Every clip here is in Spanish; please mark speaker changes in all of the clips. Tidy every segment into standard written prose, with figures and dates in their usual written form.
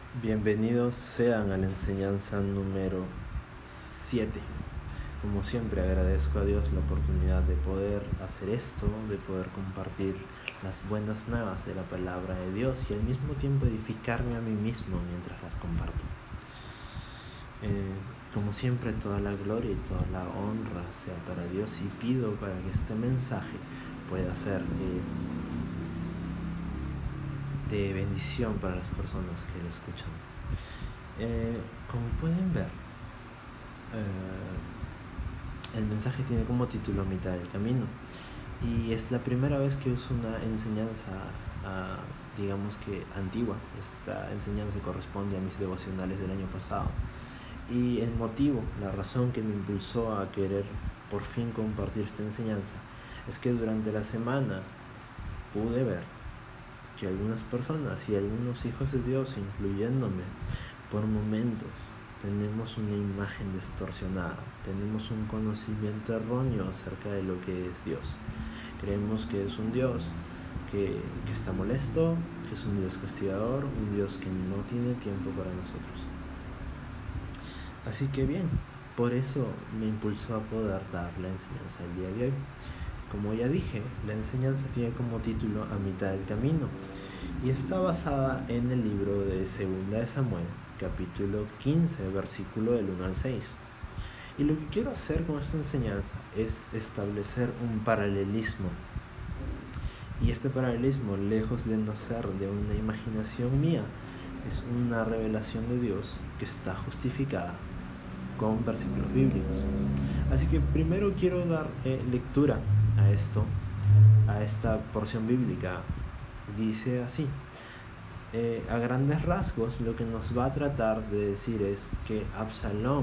Speaker 1: Bienvenidos sean a la enseñanza número 7. Como siempre agradezco a Dios la oportunidad de poder hacer esto, de poder compartir las buenas nuevas de la palabra de Dios y al mismo tiempo edificarme a mí mismo mientras las comparto. Como siempre, toda la gloria y toda la honra sea para Dios, y pido para que este mensaje pueda ser de bendición para las personas que lo escuchan. Como pueden ver, el mensaje tiene como título Mitad del Camino, y es la primera vez que uso una enseñanza digamos que antigua. Esta enseñanza corresponde a mis devocionales del año pasado, y el motivo, la razón que me impulsó a querer por fin compartir esta enseñanza es que durante la semana pude ver que algunas personas y algunos hijos de Dios, incluyéndome, por momentos tenemos una imagen distorsionada, tenemos un conocimiento erróneo acerca de lo que es Dios. Creemos que es un Dios que está molesto, que es un Dios castigador, un Dios que no tiene tiempo para nosotros. Así que bien, por eso me impulsó a poder dar la enseñanza del día de hoy. Como ya dije, la enseñanza tiene como título A Mitad del Camino, y está basada en el libro de 2 de Samuel, capítulo 15, versículo del 1 al 6. Y lo que quiero hacer con esta enseñanza es establecer un paralelismo. Y este paralelismo, lejos de nacer de una imaginación mía, es una revelación de Dios que está justificada con versículos bíblicos. Así que primero quiero dar lectura a esta porción bíblica. Dice así: a grandes rasgos, lo que nos va a tratar de decir es que Absalón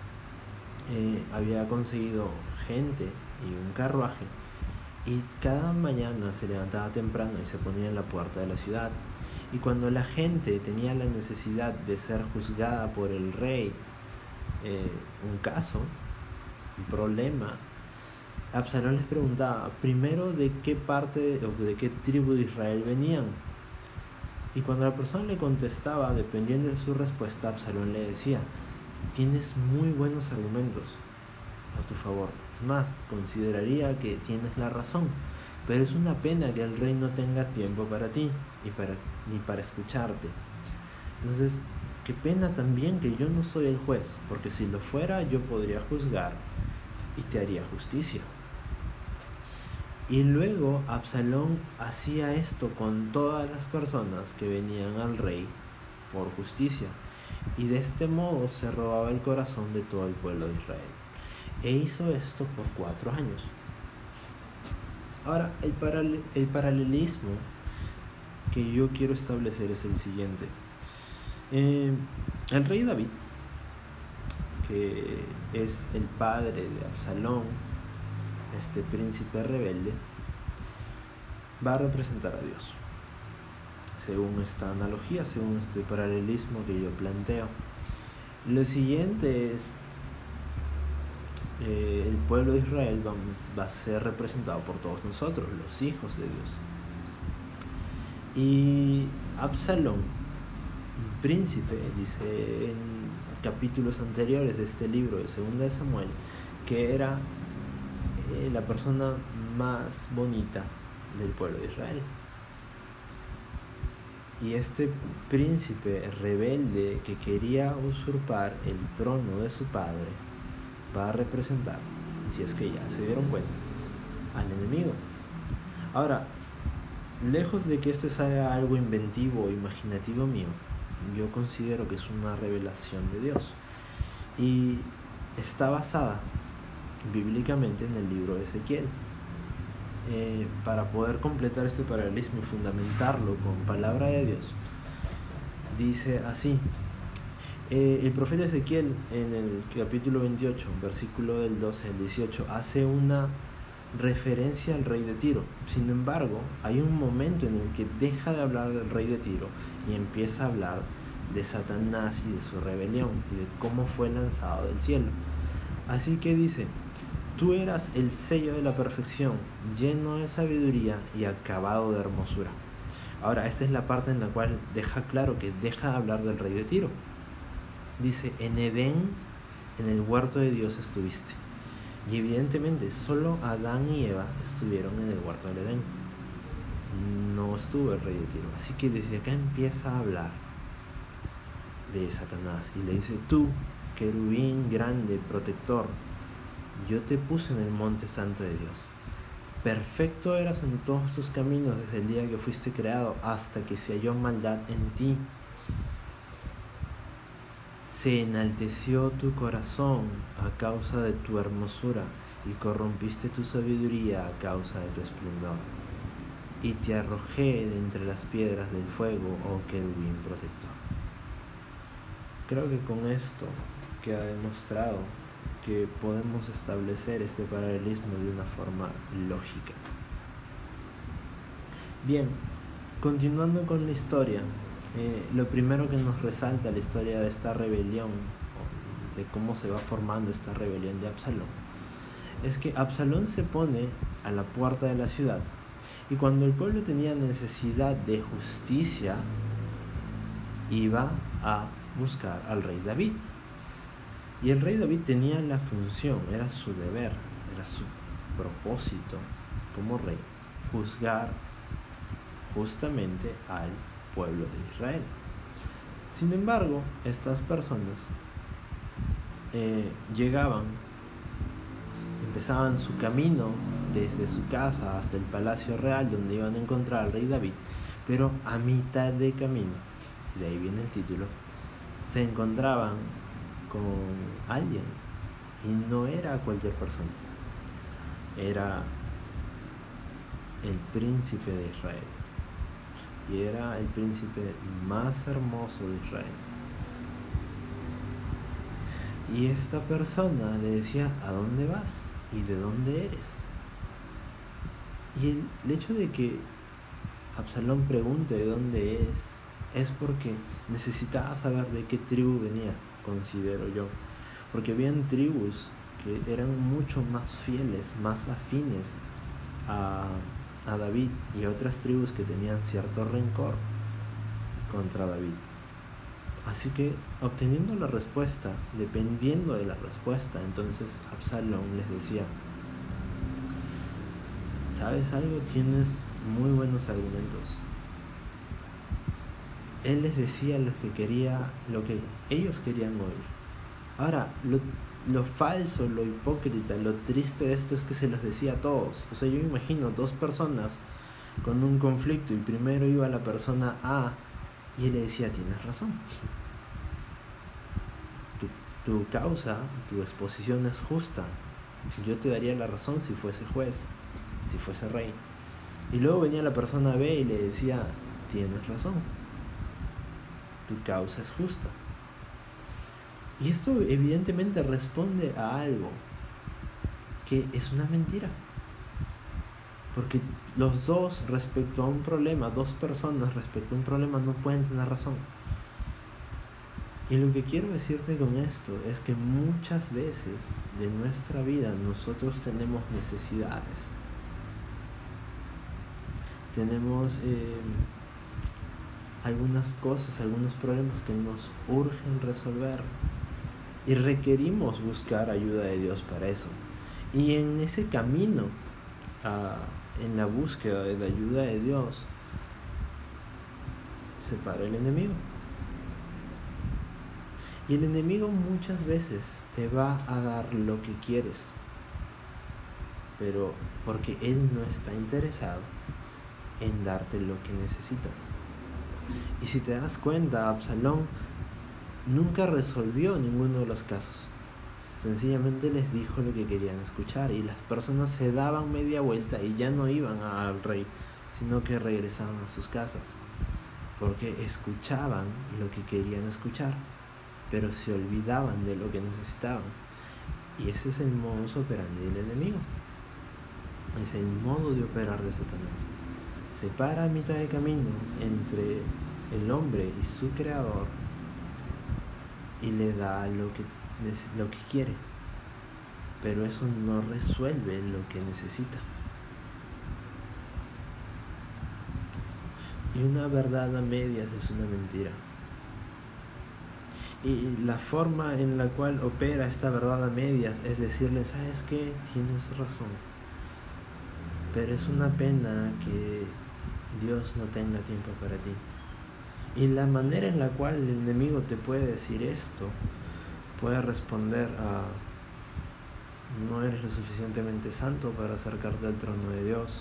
Speaker 1: había conseguido gente y un carruaje, y cada mañana se levantaba temprano y se ponía en la puerta de la ciudad. Y cuando la gente tenía la necesidad de ser juzgada por el rey, un caso, un problema, Absalón les preguntaba primero de qué parte o de qué tribu de Israel venían. Y cuando la persona le contestaba, dependiendo de su respuesta, Absalón le decía: tienes muy buenos argumentos a tu favor. Es más, consideraría que tienes la razón, pero es una pena que el rey no tenga tiempo para ti ni para escucharte. Entonces, qué pena también que yo no soy el juez, porque si lo fuera yo podría juzgar y te haría justicia. Y luego Absalón hacía esto con todas las personas que venían al rey por justicia, y de este modo se robaba el corazón de todo el pueblo de Israel. E hizo esto por 4 años. Ahora, el paralelismo que yo quiero establecer es el siguiente. El rey David, que es el padre de Absalón, este príncipe rebelde, va a representar a Dios, según esta analogía, según este paralelismo que yo planteo. Lo siguiente es, el pueblo de Israel va a ser representado por todos nosotros, los hijos de Dios. Y Absalón, un príncipe, dice en capítulos anteriores de este libro de 2 de Samuel, que era la persona más bonita del pueblo de Israel. Y este príncipe rebelde que quería usurpar el trono de su padre va a representar, si es que ya se dieron cuenta, al enemigo. Ahora, lejos de que esto sea algo inventivo o imaginativo mío, yo considero que es una revelación de Dios, y está basada bíblicamente en el libro de Ezequiel. Para poder completar este paralelismo y fundamentarlo con palabra de Dios, dice así: el profeta Ezequiel, en el capítulo 28, versículo del 12 al 18, hace una referencia al rey de Tiro. Sin embargo, hay un momento en el que deja de hablar del rey de Tiro y empieza a hablar de Satanás y de su rebelión y de cómo fue lanzado del cielo. Así que dice: tú eras el sello de la perfección, lleno de sabiduría y acabado de hermosura. Ahora, esta es la parte en la cual deja claro que deja de hablar del rey de Tiro. Dice, en Edén, en el huerto de Dios estuviste. Y evidentemente solo Adán y Eva estuvieron en el huerto del Edén. No estuvo el rey de Tiro. Así que desde acá empieza a hablar de Satanás y le dice, tú, querubín grande, protector, yo te puse en el monte santo de Dios. Perfecto eras en todos tus caminos desde el día que fuiste creado hasta que se halló maldad en ti. Se enalteció tu corazón a causa de tu hermosura y corrompiste tu sabiduría a causa de tu esplendor. Y te arrojé de entre las piedras del fuego, oh querubín protector. Creo que con esto queda demostrado que podemos establecer este paralelismo de una forma lógica. Bien, continuando con la historia, lo primero que nos resalta la historia de esta rebelión, de cómo se va formando esta rebelión de Absalón, es que Absalón se pone a la puerta de la ciudad y cuando el pueblo tenía necesidad de justicia, iba a buscar al rey David. Y el rey David tenía la función, era su deber, era su propósito como rey, juzgar justamente al pueblo de Israel. Sin embargo, estas personas llegaban, empezaban su camino desde su casa hasta el palacio real donde iban a encontrar al rey David, pero a mitad de camino, y de ahí viene el título, se encontraban con alguien, y no era cualquier persona, era el príncipe de Israel, y era el príncipe más hermoso de Israel. Y esta persona le decía, ¿a dónde vas? ¿Y de dónde eres? Y el hecho de que Absalón pregunte de dónde es porque necesitaba saber de qué tribu venía, considero yo, porque habían tribus que eran mucho más fieles, más afines a David, y otras tribus que tenían cierto rencor contra David. Así que obteniendo la respuesta, dependiendo de la respuesta, entonces Absalón les decía, ¿sabes algo? Tienes muy buenos argumentos. Él les decía lo que ellos querían oír. Ahora, lo falso, lo hipócrita, lo triste de esto es que se los decía a todos. O sea, yo imagino dos personas con un conflicto y primero iba la persona A y él le decía, tienes razón. Tu causa, tu exposición es justa. Yo te daría la razón si fuese juez, si fuese rey. Y luego venía la persona B y le decía, tienes razón. Tu causa es justa. Y esto evidentemente responde a algo que es una mentira. Porque los dos respecto a un problema, dos personas respecto a un problema no pueden tener razón. Y lo que quiero decirte con esto es que muchas veces de nuestra vida nosotros tenemos necesidades. Tenemos algunas cosas, algunos problemas que nos urgen resolver y requerimos buscar ayuda de Dios para eso. Y en ese camino, en la búsqueda de la ayuda de Dios, se para el enemigo. Y el enemigo muchas veces te va a dar lo que quieres, pero porque él no está interesado en darte lo que necesitas. Y si te das cuenta, Absalón nunca resolvió ninguno de los casos. Sencillamente les dijo lo que querían escuchar y las personas se daban media vuelta y ya no iban al rey, sino que regresaban a sus casas, porque escuchaban lo que querían escuchar, pero se olvidaban de lo que necesitaban. Y ese es el modus operandi del enemigo. Es el modo de operar de Satanás. Se para a mitad de camino entre el hombre y su creador y le da lo que quiere, pero eso no resuelve lo que necesita. Y una verdad a medias es una mentira. Y la forma en la cual opera esta verdad a medias es decirle, ¿sabes qué? Tienes razón. Pero es una pena que Dios no tenga tiempo para ti. Y la manera en la cual el enemigo te puede decir esto, puede responder a: no eres lo suficientemente santo para acercarte al trono de Dios,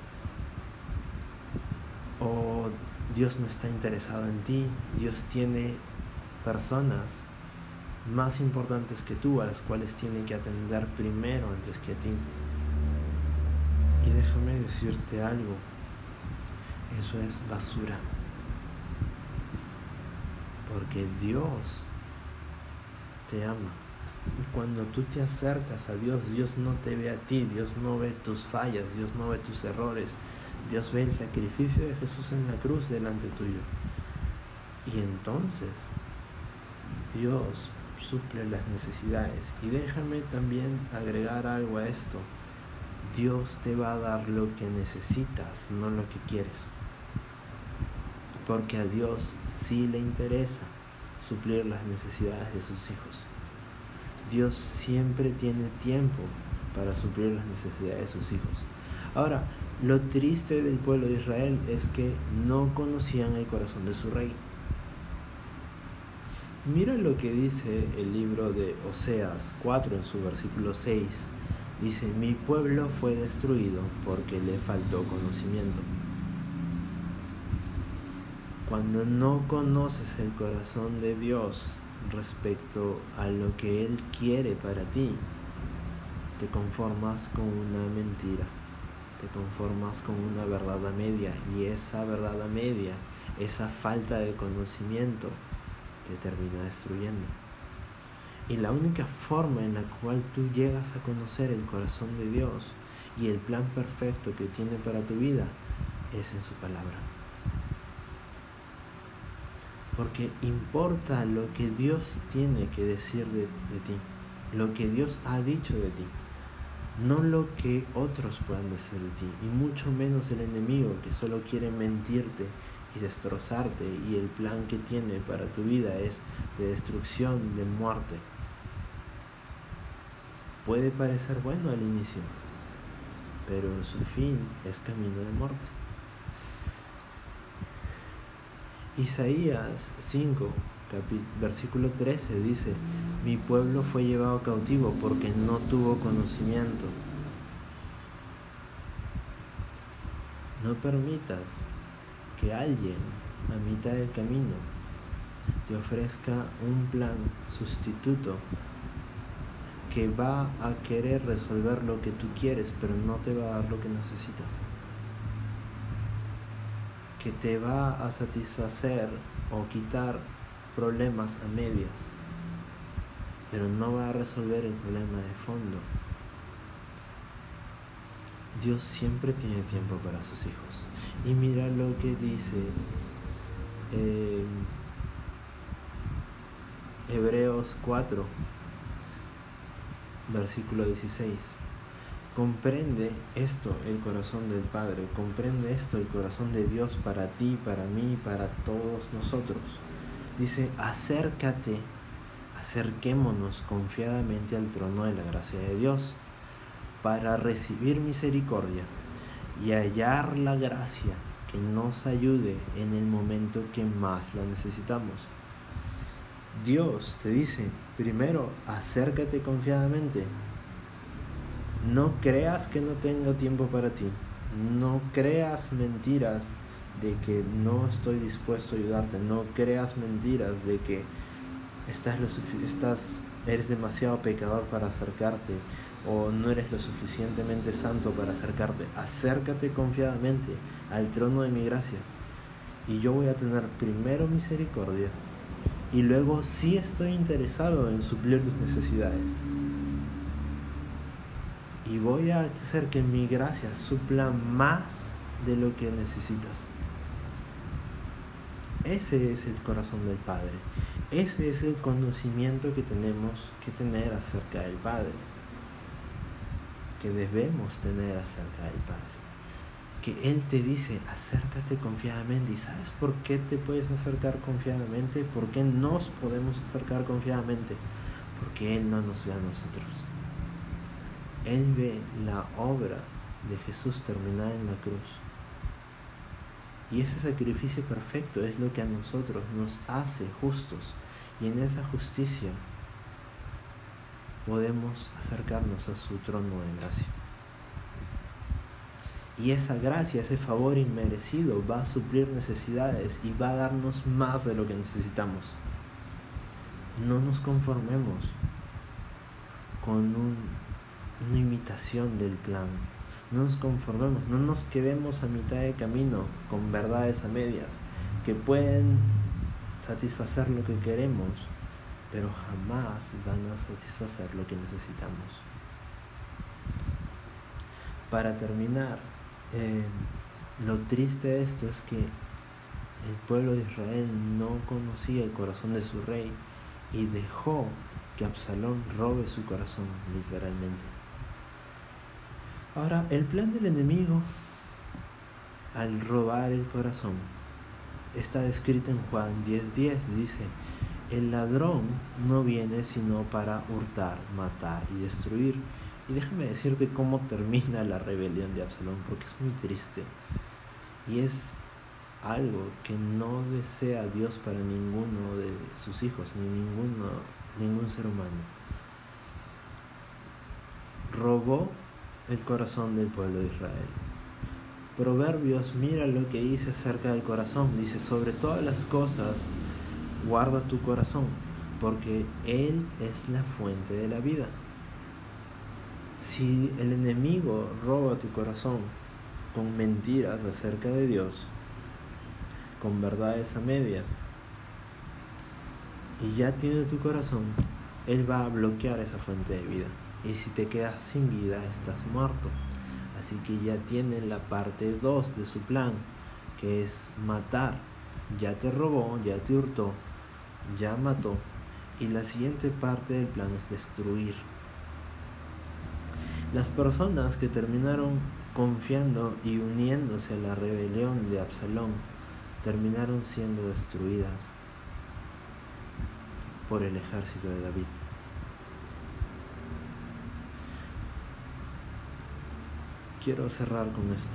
Speaker 1: o Dios no está interesado en ti, Dios tiene personas más importantes que tú a las cuales tiene que atender primero antes que a ti. Y déjame decirte algo, eso es basura, porque Dios te ama. Y cuando tú te acercas a Dios, Dios no te ve a ti, Dios no ve tus fallas, Dios no ve tus errores, Dios ve el sacrificio de Jesús en la cruz delante tuyo. Y entonces Dios suple las necesidades. Y déjame también agregar algo a esto: Dios te va a dar lo que necesitas, no lo que quieres, porque a Dios sí le interesa suplir las necesidades de sus hijos. Dios siempre tiene tiempo para suplir las necesidades de sus hijos. Ahora, lo triste del pueblo de Israel es que no conocían el corazón de su rey. Mira lo que dice el libro de Oseas 4 en su versículo 6. Dice: mi pueblo fue destruido porque le faltó conocimiento. Cuando no conoces el corazón de Dios respecto a lo que Él quiere para ti, te conformas con una mentira, te conformas con una verdad a media, y esa verdad a media, esa falta de conocimiento, te termina destruyendo. Y la única forma en la cual tú llegas a conocer el corazón de Dios y el plan perfecto que tiene para tu vida es en su palabra. Porque importa lo que Dios tiene que decir de ti, lo que Dios ha dicho de ti, no lo que otros puedan decir de ti, y mucho menos el enemigo, que solo quiere mentirte y destrozarte, y el plan que tiene para tu vida es de destrucción, de muerte. Puede parecer bueno al inicio, pero su fin es camino de muerte. Isaías 5, versículo 13 dice: mi pueblo fue llevado cautivo porque no tuvo conocimiento. No permitas que alguien a mitad del camino te ofrezca un plan sustituto que va a querer resolver lo que tú quieres, pero no te va a dar lo que necesitas, que te va a satisfacer o quitar problemas a medias, pero no va a resolver el problema de fondo. Dios siempre tiene tiempo para sus hijos. Y mira lo que dice Hebreos 4, versículo 16. Comprende esto el corazón del Padre, comprende esto el corazón de Dios para ti, para mí, para todos nosotros. Dice: acerquémonos confiadamente al trono de la gracia de Dios, para recibir misericordia y hallar la gracia que nos ayude en el momento que más la necesitamos. Dios te dice: primero, acércate confiadamente. No creas que no tengo tiempo para ti. No creas mentiras de que no estoy dispuesto a ayudarte. No creas mentiras de que eres demasiado pecador para acercarte, o no eres lo suficientemente santo para acercarte. Acércate confiadamente al trono de mi gracia, y yo voy a tener primero misericordia, y luego sí estoy interesado en suplir tus necesidades, y voy a hacer que mi gracia supla más de lo que necesitas. Ese es el corazón del Padre. Ese es el conocimiento que tenemos que tener acerca del Padre, que debemos tener acerca del Padre. que Él te dice, acércate confiadamente. ¿Y sabes por qué te puedes acercar confiadamente? ¿Por qué nos podemos acercar confiadamente? Porque Él no nos ve a nosotros. Él ve la obra de Jesús terminada en la cruz. Y ese sacrificio perfecto es lo que a nosotros nos hace justos. Y en esa justicia podemos acercarnos a su trono de gracia. Y esa gracia, ese favor inmerecido va a suplir necesidades y va a darnos más de lo que necesitamos. No nos conformemos con una imitación del plan. No nos conformemos, no nos quedemos a mitad de camino con verdades a medias que pueden satisfacer lo que queremos, pero jamás van a satisfacer lo que necesitamos. Para terminar, lo triste de esto es que el pueblo de Israel no conocía el corazón de su rey y dejó que Absalón robe su corazón, literalmente. Ahora, el plan del enemigo al robar el corazón está descrito en Juan 10:10. Dice: el ladrón no viene sino para hurtar, matar y destruir. Y déjame decirte cómo termina la rebelión de Absalón, porque es muy triste. Y es algo que no desea Dios para ninguno de sus hijos, ni ningún ser humano. Robó el corazón del pueblo de Israel. Proverbios, mira lo que dice acerca del corazón. Dice: sobre todas las cosas guarda tu corazón, porque él es la fuente de la vida. Si el enemigo roba tu corazón con mentiras acerca de Dios, con verdades a medias, y ya tiene tu corazón, él va a bloquear esa fuente de vida. Y si te quedas sin vida, estás muerto. Así que ya tiene la parte 2 de su plan, que es matar. Ya te robó, ya te hurtó, ya mató. Y la siguiente parte del plan es destruir. Las personas que terminaron confiando y uniéndose a la rebelión de Absalón terminaron siendo destruidas por el ejército de David. Quiero cerrar con esto.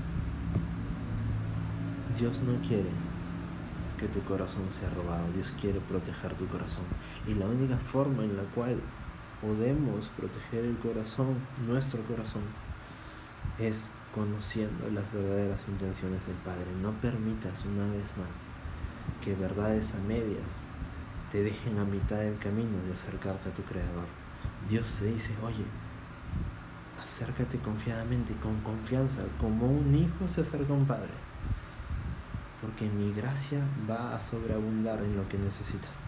Speaker 1: Dios no quiere que tu corazón sea robado. Dios quiere proteger tu corazón. Y la única forma en la cual podemos proteger el corazón, nuestro corazón, es conociendo las verdaderas intenciones del Padre. No permitas una vez más que verdades a medias te dejen a mitad del camino de acercarte a tu Creador. Dios te dice: oye, acércate confiadamente, con confianza, como un hijo se acerca a un padre, porque mi gracia va a sobreabundar en lo que necesitas.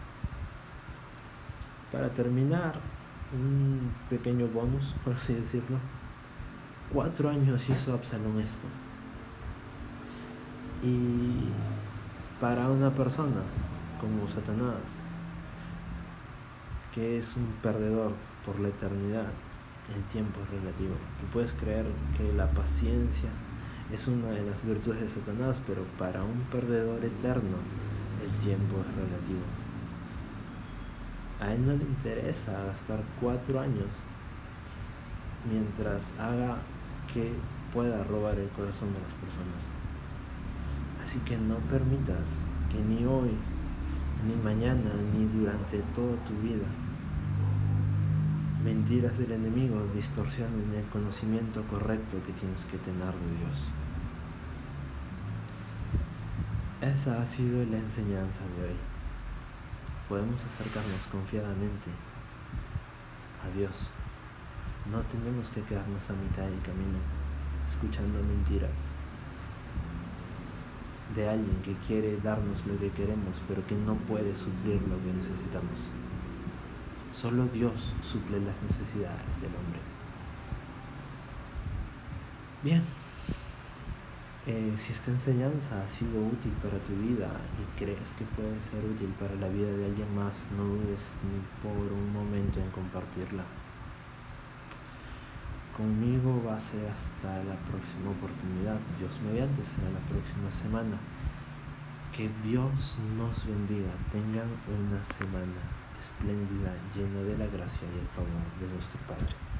Speaker 1: Para terminar, un pequeño bonus, por así decirlo. 4 años hizo Absalón esto. Y para una persona como Satanás, que es un perdedor por la eternidad, el tiempo es relativo. Tú puedes creer que la paciencia es una de las virtudes de Satanás, pero para un perdedor eterno el tiempo es relativo. A él no le interesa gastar 4 años mientras haga que pueda robar el corazón de las personas. Así que no permitas que ni hoy, ni mañana, ni durante toda tu vida mentiras del enemigo distorsionen el conocimiento correcto que tienes que tener de Dios. Esa ha sido la enseñanza de hoy. Podemos acercarnos confiadamente a Dios. No tenemos que quedarnos a mitad del camino escuchando mentiras de alguien que quiere darnos lo que queremos, pero que no puede suplir lo que necesitamos. Solo Dios suple las necesidades del hombre. Bien, si esta enseñanza ha sido útil para tu vida y crees que puede ser útil para la vida de alguien más, no dudes ni por un momento en compartirla. Conmigo va a ser hasta la próxima oportunidad. Dios mediante, será la próxima semana. Que Dios nos bendiga. Tengan una semana espléndida, llena de la gracia y el favor de nuestro Padre.